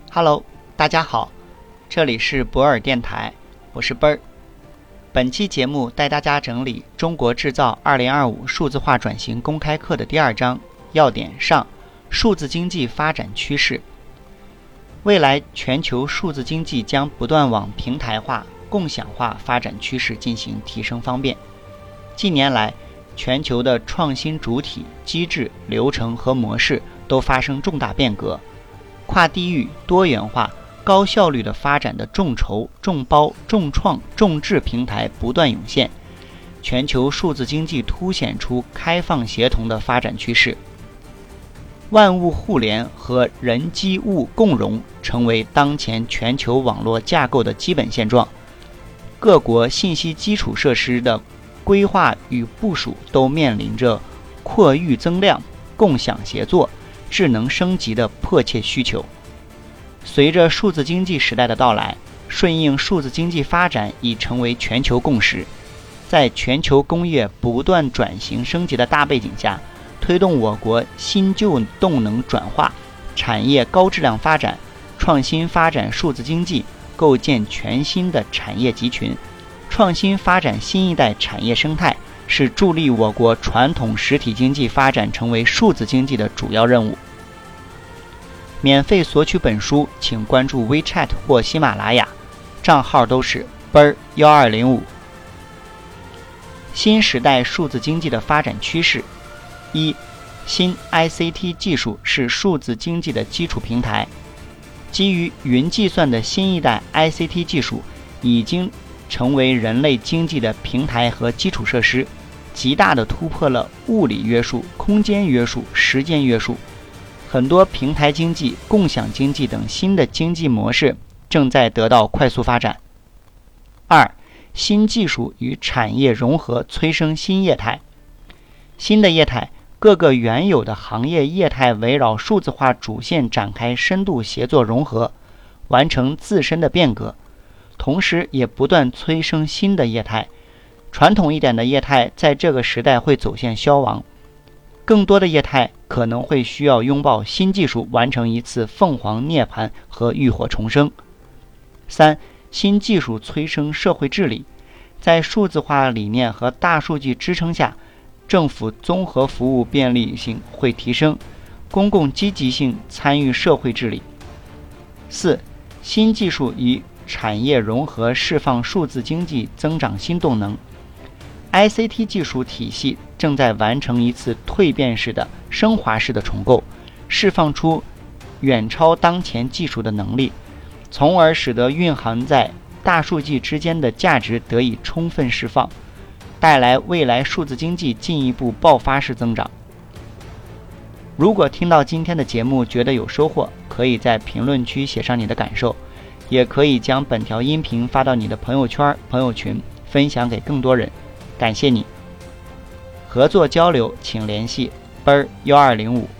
Hello， 大家好，这里是博尔电台，我是奔儿。本期节目带大家整理《中国制造2025数字化转型公开课》的第2章要点上，数字经济发展趋势。未来全球数字经济将不断往平台化、共享化发展趋势进行提升方便。近年来，全球的创新主体、机制、流程和模式都发生重大变革，跨地域、多元化、高效率的发展的众筹、众包、众创、众治平台不断涌现，全球数字经济凸显出开放协同的发展趋势。万物互联和人机物共融成为当前全球网络架构的基本现状，各国信息基础设施的规划与部署都面临着扩域增量、共享协作、智能升级的迫切需求。随着数字经济时代的到来，顺应数字经济发展已成为全球共识。在全球工业不断转型升级的大背景下，推动我国新旧动能转化、产业高质量发展、创新发展数字经济，构建全新的产业集群，创新发展新一代产业生态，是助力我国传统实体经济发展成为数字经济的主要任务。免费索取本书，请关注 WeChat 或喜马拉雅，账号都是奔1205。新时代数字经济的发展趋势：一、新 ICT 技术是数字经济的基础平台。基于云计算的新一代 ICT 技术已经成为人类经济的平台和基础设施，极大地突破了物理约束、空间约束、时间约束。很多平台经济、共享经济等新的经济模式正在得到快速发展。二、新技术与产业融合催生新业态。新的业态，各个原有的行业业态围绕数字化主线展开深度协作融合，完成自身的变革，同时也不断催生新的业态。传统一点的业态在这个时代会走向消亡，更多的业态可能会需要拥抱新技术，完成一次凤凰涅槃和浴火重生。三、新技术催生社会治理。在数字化理念和大数据支撑下，政府综合服务便利性会提升，公共积极性参与社会治理。四、新技术与产业融合释放数字经济增长新动能。ICT 技术体系正在完成一次蜕变式的、升华式的重构，释放出远超当前技术的能力，从而使得蕴含在大数据之间的价值得以充分释放，带来未来数字经济进一步爆发式增长。如果听到今天的节目觉得有收获，可以在评论区写上你的感受，也可以将本条音频发到你的朋友圈、朋友群，分享给更多人。感谢你。合作交流请联系奔1205。